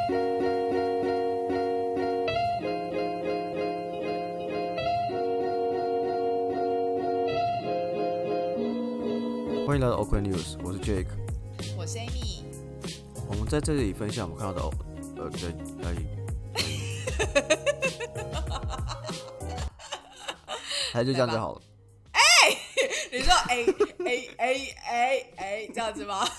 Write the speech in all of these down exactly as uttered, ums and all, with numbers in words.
欢迎来到 Oakland News， 我是 Jake， 我是 Amy。 我们在这里分享我们看到的呃对呃，还是就这样就好了。 哎、欸，你说哎哎哎哎哎这样子吗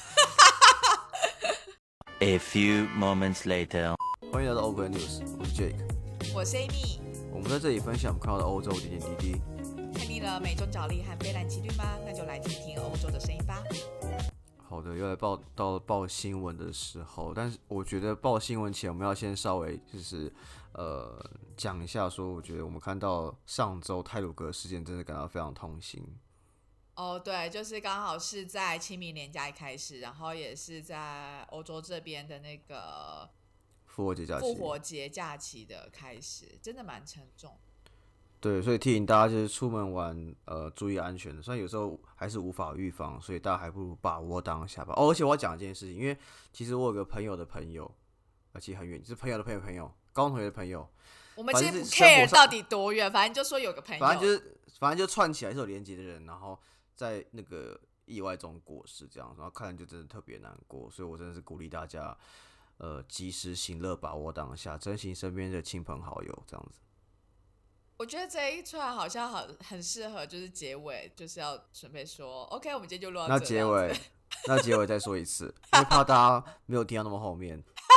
？A few moments later， 欢迎来到 Oakland News， 我是 Jake， 我是 Amy。 我们在这里分享我们看到的欧洲点点滴滴。 看腻了美中角力和非蓝奇绿吗？那就来听听欧洲的声音吧。 好的，又来报到报新闻的时候，但是我觉得报新闻前，我们要先稍微就是呃讲一下，说我觉得我们看到上周太鲁阁事件，真的感到非常痛心。 哦，对，就是刚好是在清明连假一开始，然后也是在欧洲这边的那个复活节假期， 复活节假期的开始，真的蛮沉重。 对，所以提醒大家就是出门玩，呃，注意安全的。虽然有时候还是无法预防，所以大家还不如把握当下吧。哦，而且我要讲一件事情，因为其实我有个朋友的朋友，而且很远，就是朋友的朋友朋友，高中同学的朋友。 我们其实不 care 到底多远，反正就说有个朋友， 反正就是反正就串起来是有连结的人，然后在那个意外中过世这样，然后看了就真的特别难过。所以我真的是鼓励大家，呃，及时行乐，把握当下，珍惜身边的亲朋好友，这样子。 我觉得这一串好像很很适合，就是结尾就是要准备说 ，OK， 我们今天就录到这。 那结尾，那结尾再说一次，因为怕大家没有听到那么后面。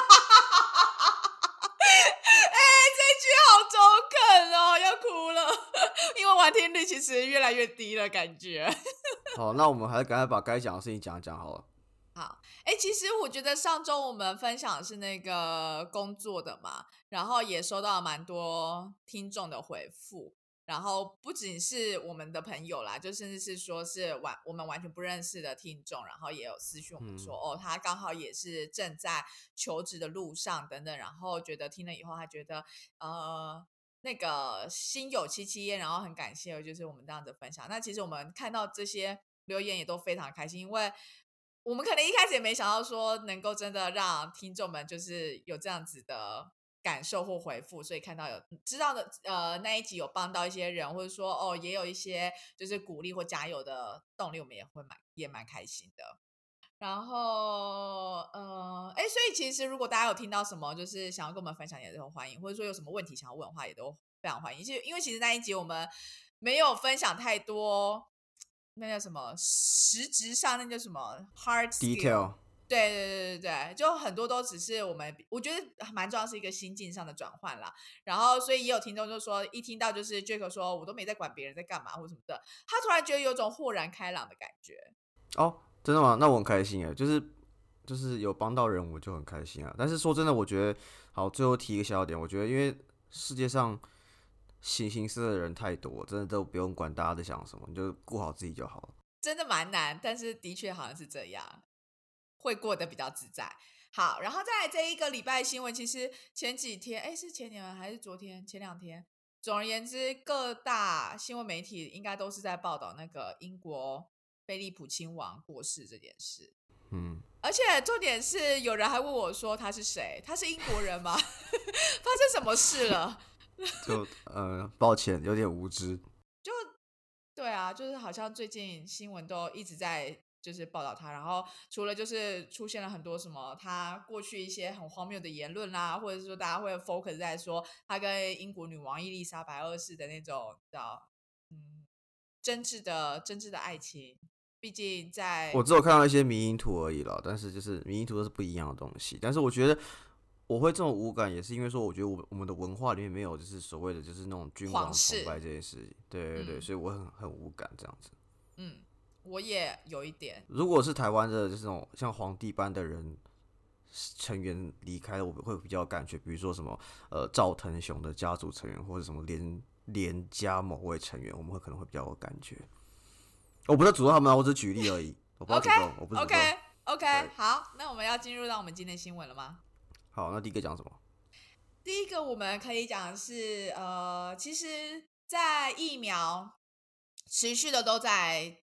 哎、欸，这句好中肯哦，要哭了，因为完听率其实越来越低了，感觉。 好，那我们还是赶快把该讲的事情讲一讲好了。 好，哎、欸，其实我觉得上周我们分享的是那个工作的嘛，然后也收到了蛮多听众的回复，然后不仅是我们的朋友啦，就甚至是说是完我们完全不认识的听众，然后也有私讯我们说、嗯、哦，他刚好也是正在求职的路上等等，然后觉得听了以后，他觉得呃那个心有戚戚焉，然后很感谢就是我们这样的分享。那其实我们看到这些留言也都非常开心，因为我们可能一开始也没想到说能够真的让听众们就是有这样子的感受或回复，所以看到有知道的呃那一集有帮到一些人，或者说哦也有一些就是鼓励或加油的动力，我们也会蛮也蛮开心的。然后呃哎，所以其实如果大家有听到什么就是想要跟我们分享也都欢迎，或者说有什么问题想要问的话也都非常欢迎。因为其实那一集我们没有分享太多。那叫什么？实质上那叫什么 hard skill？ 对对对对对，就很多都只是我们，我觉得蛮重要是一个心境上的转换啦。然后，所以也有听众就说，一听到就是 Jake 说，我都没在管别人在干嘛或什么的，他突然觉得有种豁然开朗的感觉。 哦，真的吗？那我很开心哎，就是就是有帮到人，我就很开心啊。但是说真的，我觉得好，最后提一个小点，我觉得因为世界上形形色色的人太多，真的都不用管大家在想什么，你就顾好自己就好了。 真的蛮难，但是的确好像是这样，会过得比较自在。好，然后再来这一个礼拜新闻，其实前几天，哎，是前天还是昨天？前两天。总而言之，各大新闻媒体应该都是在报道那个英国菲利普亲王过世这件事。 嗯， 而且重点是，有人还问我说他是谁？他是英国人吗？发生什么事了？ 就呃，抱歉，有点无知。 就对啊，就是好像最近新闻都一直在就是报道他，然后除了就是出现了很多什么他过去一些很荒谬的言论啦，或者是说大家会 focus 在说他跟英国女王伊丽莎白二世的那种叫嗯真挚的真挚的爱情。毕竟在我只有看到一些迷因图而已啦，但是就是迷因图都是不一样的东西。但是我觉得我会这种无感，也是因为说，我觉得我我们的文化里面没有就是所谓的就是那种君王崇拜这件事情，对对对，嗯、所以我很很无感这样子。 嗯，我也有一点。 如果是台湾的就是那种像皇帝般的人成员离开了，我会比较有感觉，比如说什么呃赵腾雄的家族成员，或者什么连连家某位成员，我们会可能会比较有感觉。我不是诅咒他们啊，我只是举例而已。我不是诅咒，我不是诅咒。 OK OK， 好，那我们要进入到我们今天新闻了吗？ 好，那第一个讲什么？ 第一个我们可以讲的是，呃，其实，在疫苗持续的都在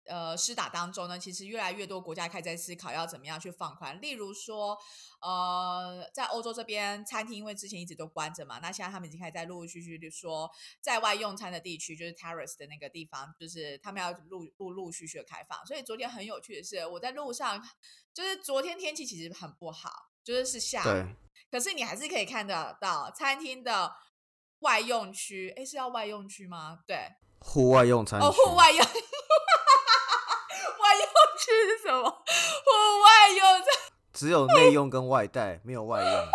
呃施打当中呢，其实越来越多国家开始在思考要怎么样去放宽。例如说，呃，在欧洲这边餐厅因为之前一直都关着嘛，那现在他们已经开始在陆陆续续的说，在外用餐的地区，就是 terrace 的那个地方，就是他们要陆陆陆续续的开放。所以昨天很有趣的是，我在路上，就是昨天天气其实很不好，就是是下对， 雨，可是你还是可以看得到餐厅的外用区，诶，是要外用区吗？对， 户外用餐哦， 区， 户外用外用区是什么？户外用餐只有内用跟外带，没有外用。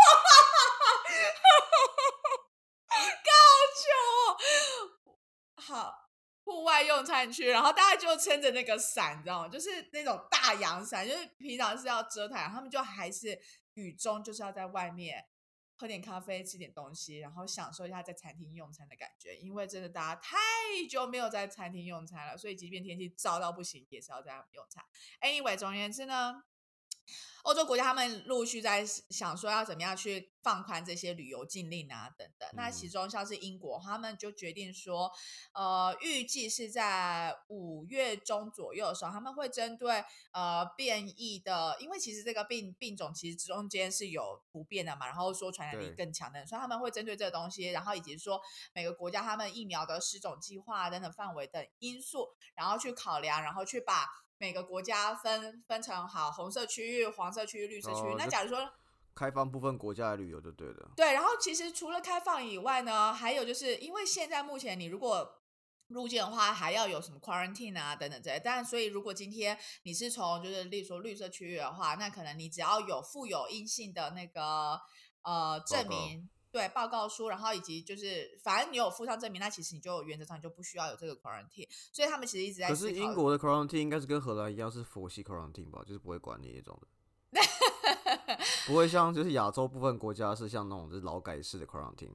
球哦，好，户外用餐区，然后大家就撑着那个伞，你知道吗？就是那种大阳伞，就是平常是要遮太阳，他们就还是雨中就是要在外面喝点咖啡，吃点东西，然后享受一下在餐厅用餐的感觉。因为真的大家太久没有在餐厅用餐了，所以即便天气糟到不行，也是要在那边用餐。Anyway，总而言之呢，欧洲国家他们陆续在想说要怎么样去放宽这些旅游禁令啊等等。那其嗯， 中像是英国，他们就决定说，呃，预计是在五月中左右的时候，他们会针对呃变异的，因为其实这个病病种其实中间是有突变的嘛，然后说传染力对， 更强的，所以他们会针对这个东西，然后以及说每个国家他们疫苗的施种计划等等范围等因素，然后去考量，然后去把每个国家分分成好红色区域、黄色区域、绿色区域。 哦，就那假如说开放部分国家的旅游就对了。 对，然后其实除了开放以外呢，还有就是因为现在目前你如果入境的话，还要有什么 quarantine 啊等等之类。但所以如果今天你是从就是例如说绿色区域的话，那可能你只要有附有阴性的那个呃报告。 证明。对报告书，然后以及就是反正你有附上证明，那其实你就原则上你就不需要有这个 quarantine。所以他们其实一直在可思考。 是英国的 quarantine 应该是跟荷兰一样是佛系 quarantine 吧，就是不会管你那种的，不会像就是亚洲部分国家是像那种就是劳改式的 quarantine。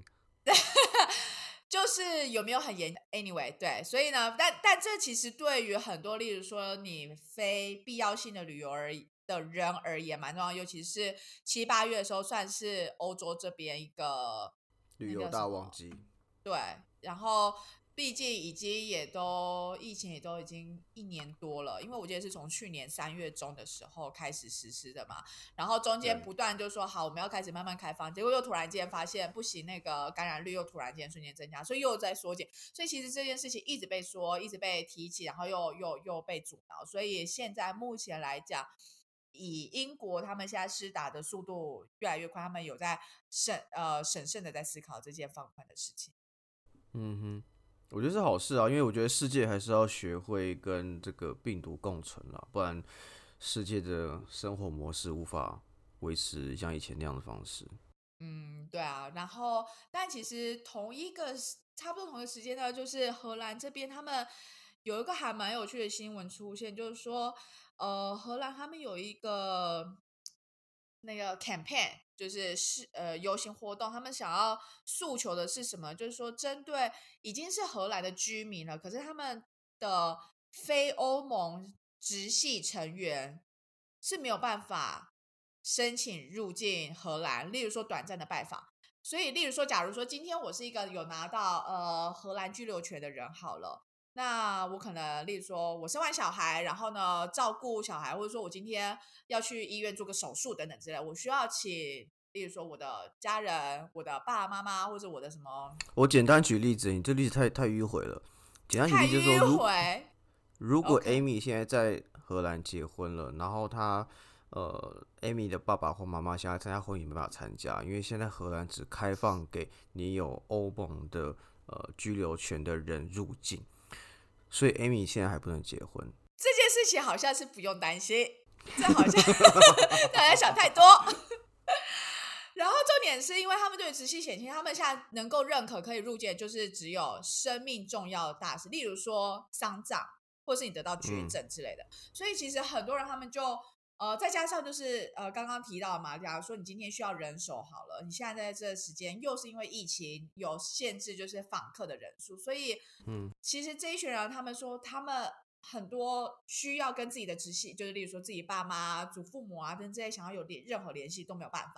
就是有没有很严？Anyway，对，所以呢，但但这其实对于很多，例如说你非必要性的旅游而的人而言蛮重要，尤其是七八月的时候，算是欧洲这边一个那旅游叫什么？ 大旺季。 对，然后毕竟已经也都疫情也都已经一年多了，因为我记得是从去年三月中的时候开始实施的嘛，然后中间对， 不断就说好我们要开始慢慢开放，结果又突然间发现不行，那个感染率又突然间瞬间增加，所以又在缩减，所以其实这件事情一直被说，一直被提起，然后又又又被阻挠，所以现在目前来讲。以英国他们现在施打的速度越来越快，他们有在审呃审慎的在思考这件放宽的事情。 嗯哼，我觉得是好事啊，因为我觉得世界还是要学会跟这个病毒共存啦，不然世界的生活模式无法维持像以前那样的方式。 嗯，对啊，然后但其实同一个时差不多同一个时间呢，就是荷兰这边他们有一个还蛮有趣的新闻出现，就是说，呃，荷兰他们有一个那个 campaign，就是是呃游行活动，他们想要诉求的是什么？就是说，针对已经是荷兰的居民了，可是他们的非欧盟直系成员是没有办法申请入境荷兰，例如说短暂的拜访。所以，例如说，假如说今天我是一个有拿到呃荷兰居留权的人，好了。那我可能，例如说，我生完小孩，然后呢，照顾小孩，或者说我今天要去医院做个手术等等之类，我需要请，例如说我的家人、我的爸爸妈妈，或者我的什么我简单举例子，你这例子太太迂回了。简单举例就是说， 太迂如回如果 ，OK， Amy 现在在荷兰结婚了，然后她呃 Amy 的爸爸或妈妈现在参加婚礼没办法参加，因为现在荷兰只开放给你有欧盟的呃居留权的人入境，所以 Amy 现在还不能结婚。 这件事情好像是不用担心，这好像大家想太多。然后重点是因为他们对于直系血亲，他们现在能够认可可以入境，就是只有生命重要的大事，例如说丧葬，或是你得到绝嗯， 症之类的。所以其实很多人他们就呃，再加上就是呃，刚刚提到嘛，假如说你今天需要人手好了，你现在在这个时间又是因为疫情有限制，就是访客的人数，所以嗯， 其实这一群人他们说他们。很多需要跟自己的直系，就是例如说自己爸妈、祖父母啊等这些想要有联任何联系都没有办法，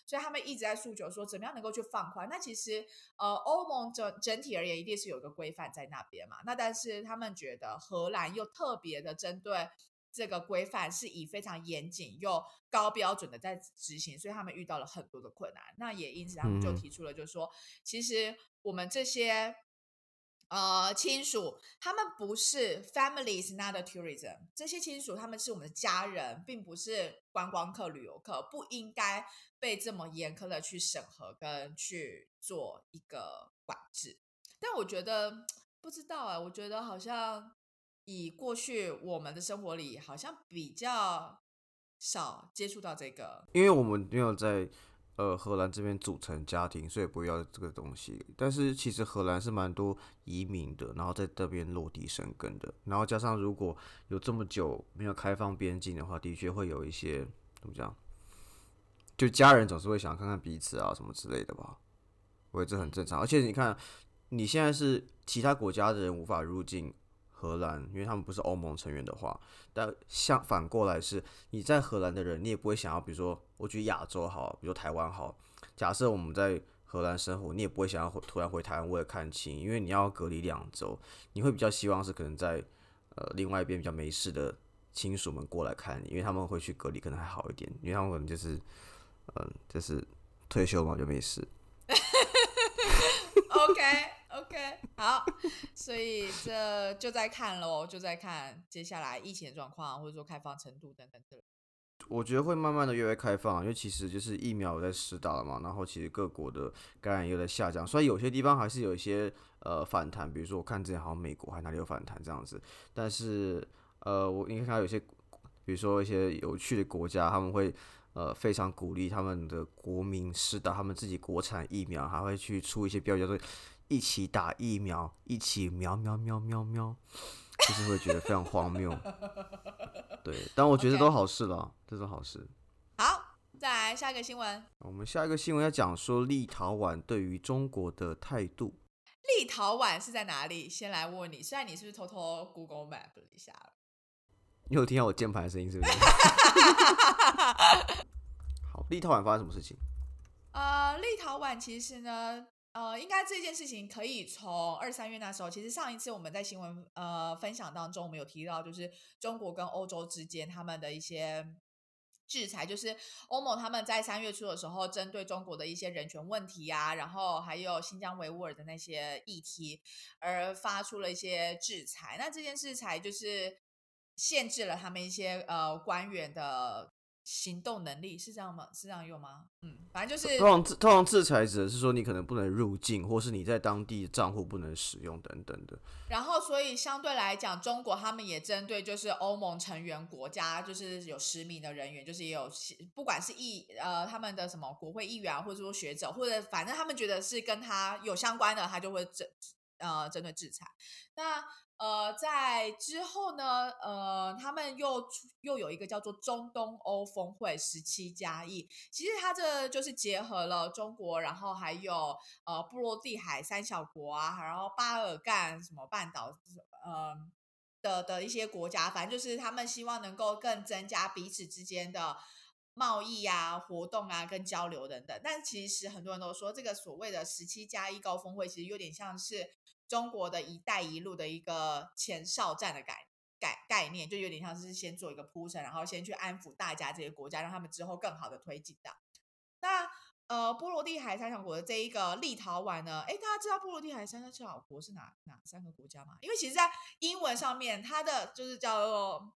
所以他们一直在诉求说怎么样能够去放宽。那其实呃，欧盟整整体而言一定是有个规范在那边嘛，那但是他们觉得荷兰又特别的针对这个规范是以非常严谨又高标准的在执行，所以他们遇到了很多的困难。那也因此他们就提出了，就是说，其实我们这些呃亲属，他们不是 family is not a tourism， 这些亲属他们是我们的家人，并不是观光客、旅游客，不应该被这么严苛的去审核跟去做一个管制。但我觉得不知道啊，我觉得好像以过去我们的生活里，好像比较少接触到这个。 因为我们没有在呃荷兰这边组成家庭，所以不会要这个东西。但是其实荷兰是蛮多移民的，然后在这边落地生根的。然后加上如果有这么久没有开放边境的话，的确会有一些怎么讲，就家人总是会想看看彼此啊什么之类的吧。我觉得这很正常。而且你看，你现在是其他国家的人无法入境荷兰，因为他们不是欧盟成员的话，但相反过来是，你在荷兰的人，你也不会想要，比如说我举亚洲好，比如说台湾好，假设我们在荷兰生活，你也不会想要突然回台湾为了看亲，因为你要隔离两周，你会比较希望是可能在呃另外一边比较没事的亲属们过来看你，因为他们会去隔离可能还好一点，因为他们可能就是嗯、呃、就是退休嘛就没事。 OK OK， 好，所以这就在看咯，就在看接下来疫情的状况，或者说开放程度等等的。 我觉得会慢慢的越来越开放，因为其实就是疫苗在施打了嘛，然后其实各国的感染又在下降，所以有些地方还是有一些呃反弹，比如说我看之前好像美国还哪里有反弹这样子，但是呃我应该看到有些，比如说一些有趣的国家，他们会呃非常鼓励他们的国民施打他们自己国产疫苗，还会去出一些标语叫做一起打疫苗，一起喵喵喵喵喵，就是会觉得非常荒谬。对，但我觉得 OK 都好事啦，这都好事。 好，再来下一个新闻。 我们下一个新闻要讲说立陶宛对于中国的态度。 立陶宛是在哪里？先来问你，虽然你是不是偷偷 Google Map 了一下了？ 你有听到我键盘的声音是不是？好，立陶宛发生什么事情？ 呃，立陶宛其实呢，呃，应该这件事情可以从二三月那时候，其实上一次我们在新闻呃分享当中，我们有提到，就是中国跟欧洲之间他们的一些制裁，就是欧盟他们在三月初的时候，针对中国的一些人权问题啊，然后还有新疆维吾尔的那些议题，而发出了一些制裁。那这件制裁就是限制了他们一些呃官员的行动能力，是这样吗？是这样用吗？嗯，反正就是通常通常制裁指的是说你可能不能入境，或是你在当地账户不能使用等等的。 然后，所以相对来讲，中国他们也针对就是欧盟成员国家，就是有实名的人员，就是也有不管是议呃他们的什么国会议员，或者说学者，或者反正他们觉得是跟他有相关的，他就会针呃针对制裁。那呃在之后呢，呃他们又又有一个叫做中东欧峰会十七加一，其实它这就是结合了中国，然后还有呃波罗的海三小国啊，然后巴尔干什么半岛，呃的的一些国家，反正就是他们希望能够更增加彼此之间的贸易啊、活动啊、跟交流等等。但其实很多人都说，这个所谓的十七加一高峰会，其实有点像是中国的一带一路的一个前哨战的概概概念，就有点像是先做一个铺陈，然后先去安抚大家这些国家，让他们之后更好的推进的。那呃，波罗的海三小国的这一个立陶宛呢，哎，大家知道波罗的海三小国是哪哪三个国家吗？因为其实，在英文上面，它的就是叫做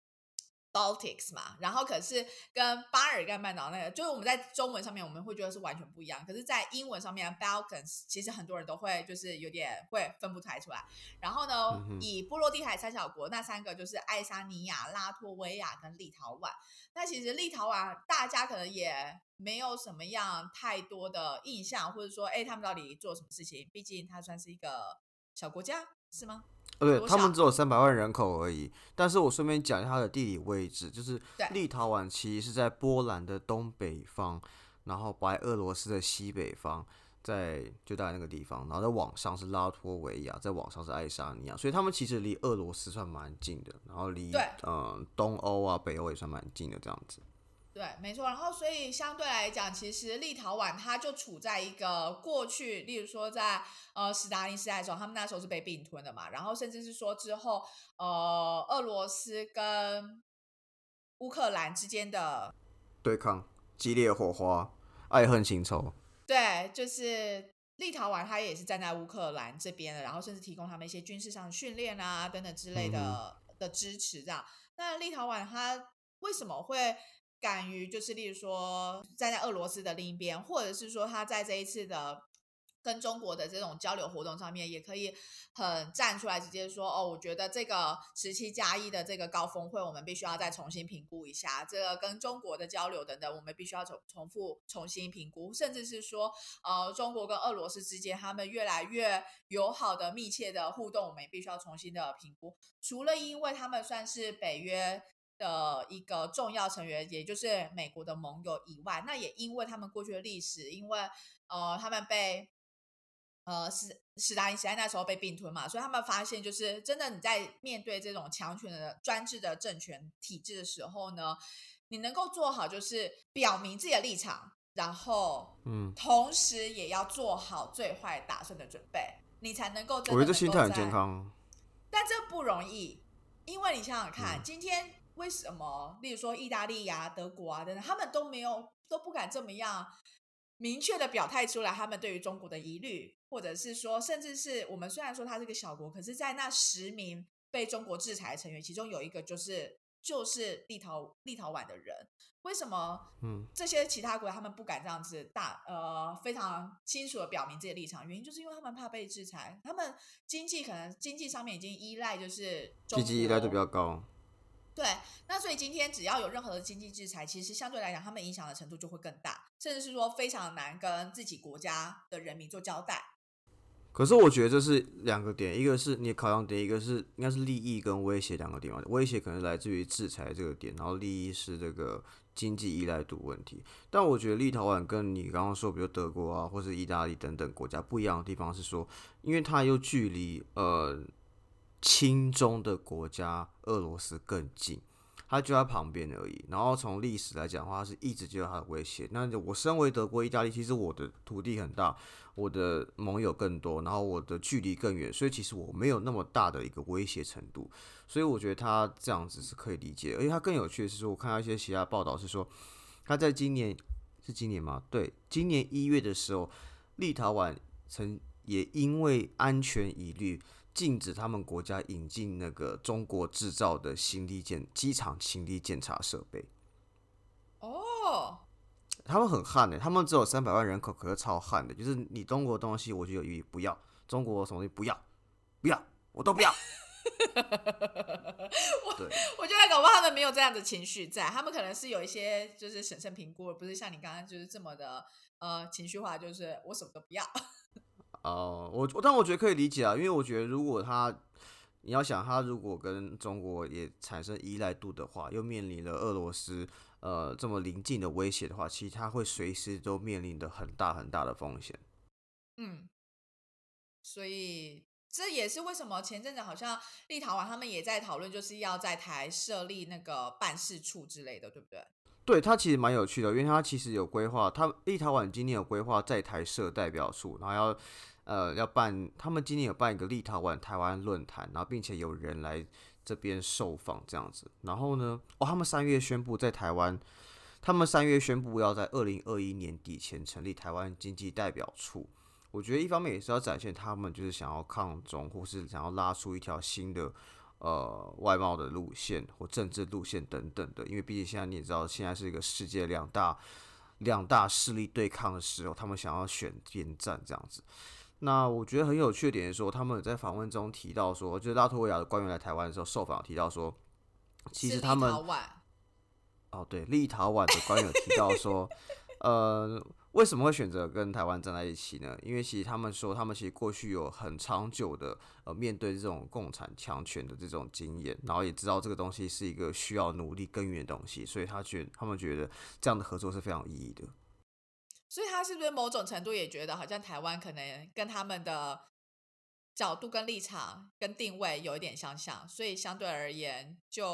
Baltics 嘛，然后可是跟巴尔干半岛那个，就是我们在中文上面我们会觉得是完全不一样，可是，在英文上面 Balkans 其实很多人都会就是有点会分不太出来。然后呢， 嗯、 以波罗的海三小国那三个就是爱沙尼亚、拉脱维亚跟立陶宛。那其实立陶宛大家可能也没有什么样太多的印象，或者说，哎，他们到底做什么事情？毕竟它算是一个小国家，是吗？ 对，他们只有三百万人口而已。但是我顺便讲一下它的地理位置，就是立陶宛其实是在波兰的东北方，然后白俄罗斯的西北方，在就大概那个地方，然后在往上是拉脱维亚，在往上是爱沙尼亚，所以他们其实离俄罗斯算蛮近的，然后离嗯东欧啊、北欧也算蛮近的这样子。 对，没错。然后，所以相对来讲，其实立陶宛它就处在一个过去，例如说在呃斯大林时代的时候，他们那时候是被并吞的嘛。然后，甚至是说之后，呃，俄罗斯跟乌克兰之间的， 对抗激烈火花，爱恨情仇。 对，就是立陶宛，它也是站在乌克兰这边的，然后甚至提供他们一些军事上的训练啊等等之类嗯哼， 的的支持，这样。那立陶宛它为什么会敢于就是例如说站在俄罗斯的另一边，或者是说他在这一次的跟中国的这种交流活动上面，也可以很站出来，直接说哦，我觉得这个十七加一的这个高峰会，我们必须要再重新评估一下，这个跟中国的交流等等，我们必须要重重复重新评估，甚至是说，呃，中国跟俄罗斯之间他们越来越友好的、密切的互动，我们也必须要重新的评估。除了因为他们算是北约的一个重要成员，也就是美国的盟友以外，那也因为他们过去的历史，因为呃他们被呃史史达林时代那时候被并吞嘛，所以他们发现就是真的你在面对这种强权的专制的政权体制的时候呢，你能够做好就是表明自己的立场，然后嗯， 同时也要做好最坏打算的准备，你才能够我觉得这真的能心态很健够在， 康。 但这不容易，因为你想想看， 嗯， 今天为什么，例如说意大利呀、德国啊等等，他们都没有都不敢这么样明确的表态出来，他们对于中国的疑虑，或者是说，甚至是我们虽然说它是个小国，可是，在那十名被中国制裁的成员，其中有一个就是就是立陶立陶宛的人，为什么？ 嗯， 这些其他国家他们不敢这样子大呃非常清楚的表明自己的立场，原因就是因为他们怕被制裁，他们经济可能经济上面已经依赖就是积中极依赖度比国， 较高。 对，那所以今天只要有任何的经济制裁，其实相对来讲，他们影响的程度就会更大，甚至是说非常难跟自己国家的人民做交代。 可是我觉得这是两个点，一个是你的考量点，一个是应该是利益跟威胁两个点嘛。威胁可能来自于制裁这个点，然后利益是这个经济依赖度问题。但我觉得立陶宛跟你刚刚说，比如德国啊，或是意大利等等国家不一样的地方是说，因为它又距离呃亲中的国家俄罗斯更近。它就在旁边而已。然后从历史来讲的话，它是一直就有它的威胁。那我身为德国、意大利，其实我的土地很大，我的盟友更多，然后我的距离更远，所以其实我没有那么大的一个威胁程度。所以我觉得他这样子是可以理解。而且他更有趣的是说，我看到一些其他报道是说，他在今年是今年吗？对，今年一月的时候，立陶宛曾也因为安全疑虑，禁止他们国家引进那个中国制造的行李检机场行李检查设备。 哦， 他们很悍的、他们只有三百万人口，可是超悍的。就是你中国的东西，我就有疑义，不要中国什么东西不要，不要，我都不要。 我对， 我觉得搞不好他们没有这样的情绪在，他们可能是有一些就是审慎评估，不是像你刚刚就是这么的呃情绪化，就是我什么都不要。 哦、我但我觉得可以理解啊，因为我觉得如果他，你要想他如果跟中国也产生依赖度的话，又面临了俄罗斯呃这么临近的威胁的话，其实他会随时都面临的很大很大的风险。 嗯，所以这也是为什么前阵子好像立陶宛他们也在讨论，就是要在台设立那个办事处之类的，对不对？ 对，它其实蛮有趣的，因为它其实有规划，它立陶宛今年有规划在台设代表处，然后要呃要办，他们今年有办一个立陶宛台湾论坛，然后并且有人来这边受访这样子。然后呢，哦，他们三月宣布在台湾，他们三月宣布要在二零二一年底前成立台湾经济代表处。我觉得一方面也是要展现他们就是想要抗中，或是想要拉出一条新的呃外贸的路线或政治路线等等的，因为毕竟现在你也知道，现在是一个世界两大两大势力对抗的时候，他们想要选边站这样子。那我觉得很有趣的点是说，他们在访问中提到说，就是拉脱维亚的官员来台湾的时候受访提到说，其是实他们立陶宛。 哦对，立陶宛的官员有提到说，呃，为什么会选择跟台湾站在一起呢？因为其实他们说，他们其实过去有很长久的呃面对这种共产强权的这种经验，然后也知道这个东西是一个需要努力耕耘的东西，所以他觉得他们觉得这样的合作是非常有意义的。 所以他是不是某种程度也觉得，好像台湾可能跟他们的角度、跟立场、跟定位有一点相像，所以相对而言就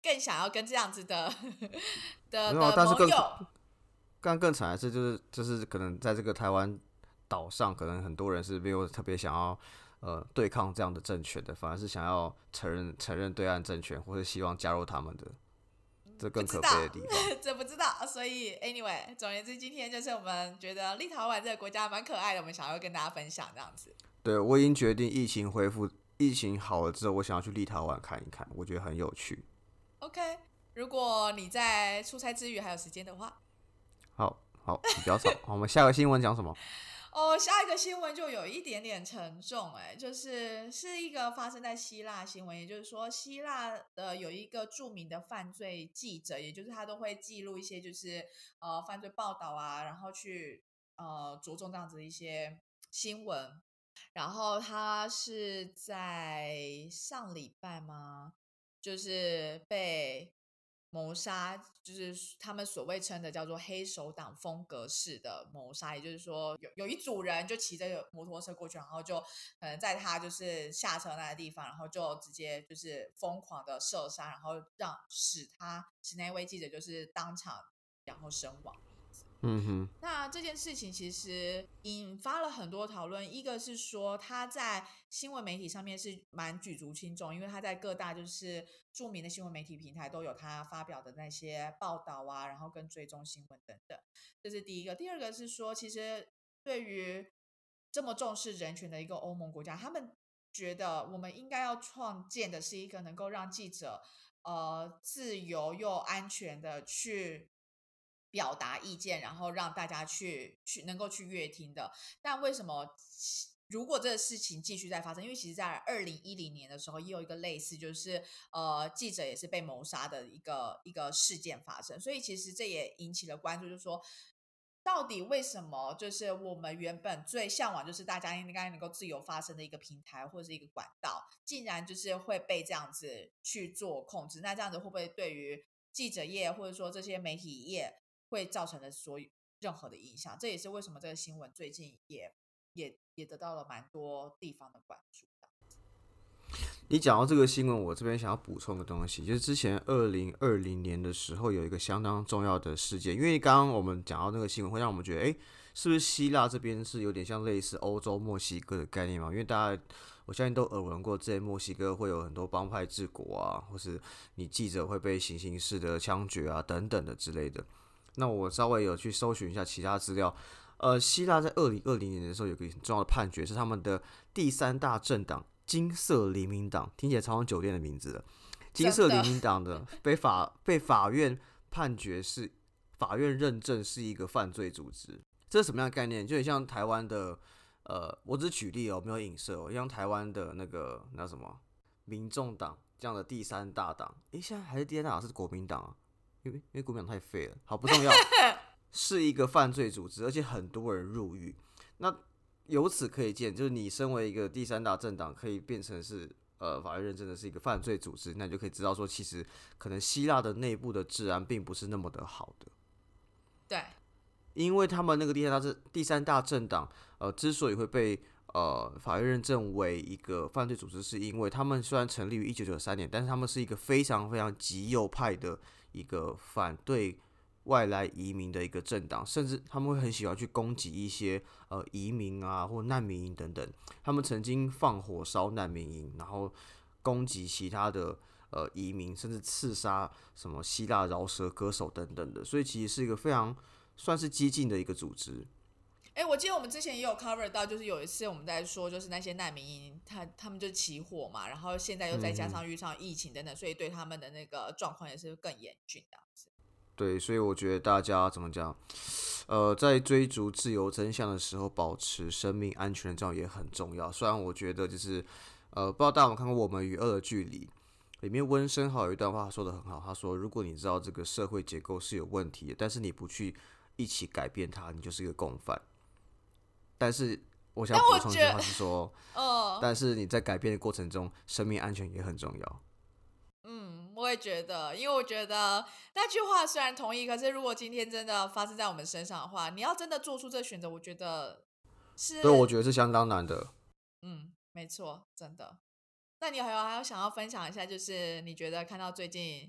更想要跟这样子的的没有啊， 的但是更盟友。 更更惨的是，就是就是可能在这个台湾岛上，可能很多人是没有特别想要呃对抗这样的政权的，反而是想要承认承认对岸政权，或者希望加入他们的，这更可不知道， 悲的地方。 这不知道。所以 anyway， 总而言之，今天就是我们觉得立陶宛这个国家蛮可爱的，我们想要跟大家分享这样子。 对，我已经决定疫情恢复，疫情好了之后，我想要去立陶宛看一看，我觉得很有趣。 OK，如果你在出差之余还有时间的话。 好好，你不要吵。好，我们下个新闻讲什么？ 哦，下一个新闻就有一点点沉重，哎，就是是一个发生在希腊新闻，也就是说，希腊的有一个著名的犯罪记者，也就是他都会记录一些就是呃犯罪报道啊，然后去呃着重这样子的一些新闻，然后他是在上礼拜吗？就是被谋杀，就是他们所谓称的叫做黑手党风格式的谋杀，也就是说有有一组人就骑着摩托车过去，然后就可能在他就是下车那个地方，然后就直接就是疯狂的射杀，然后让使他使那位记者就是当场然后身亡。 嗯哼， 那这件事情其实引发了很多讨论，一个是说他在新闻媒体上面是蛮举足轻重，因为他在各大就是著名的新闻媒体平台都有他发表的那些报道啊，然后跟追踪新闻等等，这是第一个。第二个是说，其实对于这么重视人权的一个欧盟国家，他们觉得我们应该要创建的是一个能够让记者呃自由又安全的去表达意见，然后让大家去去能够去阅听的。但为什么如果这个事情继续在发生？因为其实，在二零一零年的时候，也有一个类似，就是呃记者也是被谋杀的一个一个事件发生，所以其实这也引起了关注，就是说。到底为什么？就是我们原本最向往，就是大家应该能够自由发声的一个平台或者是一个管道，竟然就是会被这样子去做控制。那这样子会不会对于记者业或者说这些媒体业会造成的所有任何的影响？这也是为什么这个新闻最近也也也得到了蛮多地方的关注的。 你讲到这个新闻，我这边想要补充个东西，就是之前二零二零年的时候有一个相当重要的事件，因为刚刚我们讲到那个新闻，会让我们觉得，哎，是不是希腊这边是有点像类似欧洲墨西哥的概念嘛？因为大家我相信都耳闻过，之前墨西哥会有很多帮派治国啊，或是你记者会被行刑式的枪决啊等等的之类的。那我稍微有去搜寻一下其他资料，呃，希腊在二零二零年的时候有个很重要的判决，是他们的第三大政党金色黎明党，听起来超像酒店的名字了。金色黎明党的被法被法院判决是法院认证是一个犯罪组织，这是什么样的概念？就很像台湾的，呃，我只是举例哦，没有影射哦，像台湾的那个那什么民众党这样的第三大党，诶，现在还是第三大党是国民党啊，因为因为国民党太废了，好不重要，是一个犯罪组织，而且很多人入狱。那由此可以见，就是你身为一个第三大政党，可以变成是呃法院认证的是一个犯罪组织，那你就可以知道说，其实可能希腊的内部的治安并不是那么的好的。 对， 因为他们那个第三大政第三大政党，呃，之所以会被呃法院认证为一个犯罪组织，是因为他们虽然成立于一九九三年，但是他们是一个非常非常极右派的一个反对外来移民的一个政党，甚至他们会很喜欢去攻击一些呃移民啊或难民营等等。他们曾经放火烧难民营，然后攻击其他的呃移民，甚至刺杀什么希腊饶舌歌手等等的。所以其实是一个非常算是激进的一个组织。 哎，我记得我们之前也有 cover 到，就是有一次我们在说，就是那些难民营，他他们就起火嘛，然后现在又再加上遇上疫情等等，所以对他们的那个状况也是更严峻这样子。 对，所以我觉得大家怎么讲，呃，在追逐自由真相的时候，保持生命安全的这样也很重要。虽然我觉得就是，呃，不知道大家有没有看过《我们与恶的距离》，里面温升豪有一段话说得很好，他说：“如果你知道这个社会结构是有问题的，但是你不去一起改变它，你就是一个共犯。”但是我想补充一句话是说， 哦， 但是你在改变的过程中，生命安全也很重要。 嗯，我也觉得，因为我觉得那句话虽然同意，可是如果今天真的发生在我们身上的话，你要真的做出这个选择，我觉得是， 对，我觉得是相当难的。 嗯，没错，真的。那你还有还有想要分享一下，就是你觉得看到最近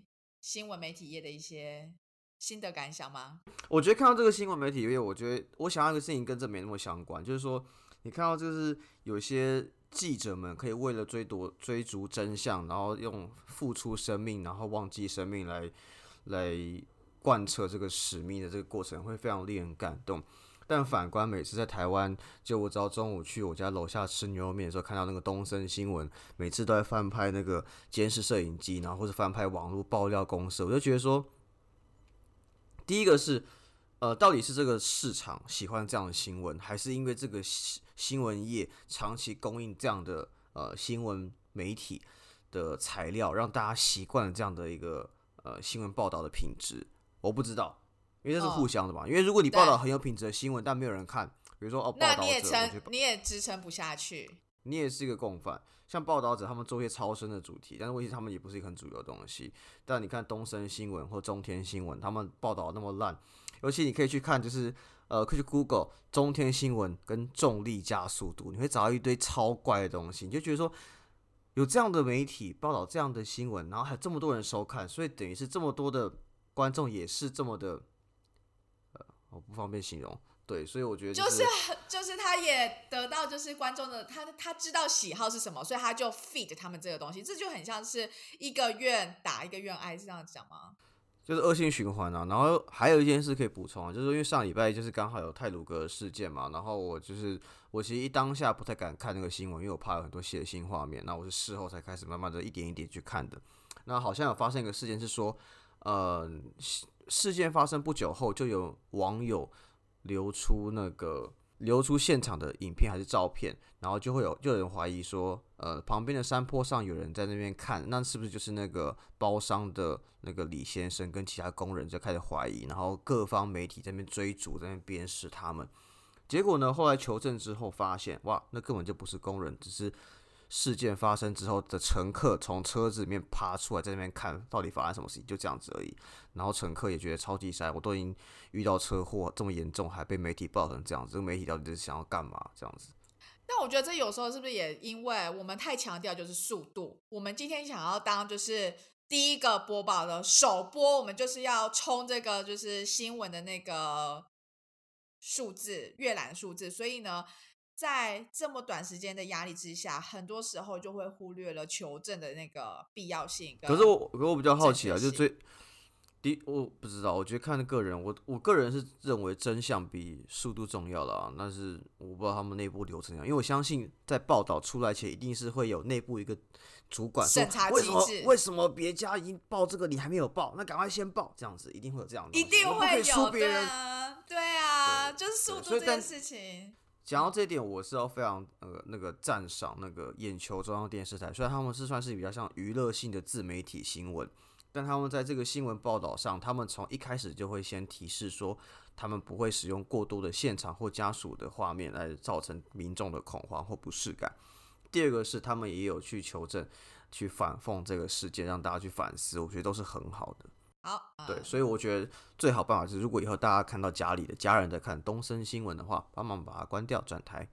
新闻媒体业的一些心得感想吗？ 我觉得看到这个新闻媒体业，我觉得我想要一个事情跟这没那么相关，就是说你看到就是有些记者们可以为了追夺追逐真相，然后用付出生命，然后忘记生命来来贯彻这个使命的这个过程，会非常令人感动。但反观每次在台湾，就我只要中午去我家楼下吃牛肉面的时候，看到那个东森新闻，每次都在翻拍那个监视摄影机，然后或者翻拍网络爆料公司，我就觉得说，第一个是，呃，到底是这个市场喜欢这样的新闻，还是因为这个新闻业长期供应这样的呃新闻媒体的材料，让大家习惯了这样的一个呃新闻报道的品质？我不知道。因为这是互相的嘛，哦、因为如果你报道很有品质的新闻，但没有人看，比如说哦，报道者， 那你也撑，你也支撑不下去， 你也是一个共犯。像报道者，他们做一些超深的主题，但是问题他们也不是一个很主流的东西。但你看东森新闻或中天新闻，他们报道那么烂，尤其你可以去看，就是呃，可以去 Google 中天新闻跟重力加速度，你会找到一堆超怪的东西，你就觉得说，有这样的媒体报道这样的新闻，然后还有这么多人收看，所以等于是这么多的观众也是这么的。我不方便形容，对，所以我觉得、就是、 就是就是他也得到就是观众的他他知道喜好是什么，所以他就 feed 他们这个东西，这就很像是一个愿打一个愿挨，是这样讲吗？ 就是恶性循环啊。然后还有一件事可以补充啊，就是因为上礼拜就是刚好有太鲁阁事件嘛，然后我就是我其实一当下不太敢看那个新闻，因为我怕有很多血腥画面，那我是事后才开始慢慢的一点一点去看的。那好像有发生一个事件是说，呃。事件发生不久后，就有网友流出那个流出现场的影片还是照片，然后就会有就有人怀疑说，呃，旁边的山坡上有人在那边看，那是不是就是那个包商的那个李先生跟其他工人就开始怀疑，然后各方媒体在那边追逐，在那边鞭尸他们。结果呢，后来求证之后发现，哇，那根本就不是工人，只是事件发生之后的乘客从车子里面爬出来，在那边看到底发生什么事情，就这样子而已。然后乘客也觉得超级塞，我都已经遇到车祸这么严重，还被媒体报成这样子，这个媒体到底是想要干嘛？这样子。 但我觉得这有时候是不是也因为我们太强调就是速度，我们今天想要当就是第一个播报的首播，我们就是要冲这个就是新闻的那个数字阅览数字，所以呢。在这么短时间的压力之下，很多时候就会忽略了求证的那个必要性。 可是我，可是我比较好奇啊，就是最第我不知道，我觉得看个人，我我个人是认为真相比速度重要了啊。但是我不知道他们内部流程怎样，因为我相信在报道出来前，一定是会有内部一个主管审查机制。 为什么为什么别家已经报这个，你还没有报？那赶快先报，这样子一定会有这样的， 一定会有， 对啊，对啊，对就是速度这件事情。 讲到这一点，我是要非常呃那个赞赏那个眼球中央电视台，虽然他们是算是比较像娱乐性的自媒体新闻，但他们在这个新闻报道上，他们从一开始就会先提示说，他们不会使用过多的现场或家属的画面来造成民众的恐慌或不适感。第二个是他们也有去求证、去反讽这个事件，让大家去反思，我觉得都是很好的。 好， 对，所以我觉得最好办法是，如果以后大家看到家里的家人在看东森新闻的话，帮忙把它关掉，转台。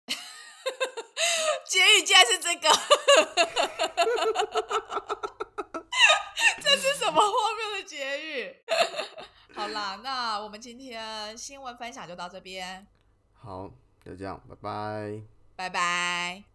结语竟然是这个，这是什么荒谬的结语？好啦，那我们今天新闻分享就到这边。 好，就这样，拜拜， 拜拜。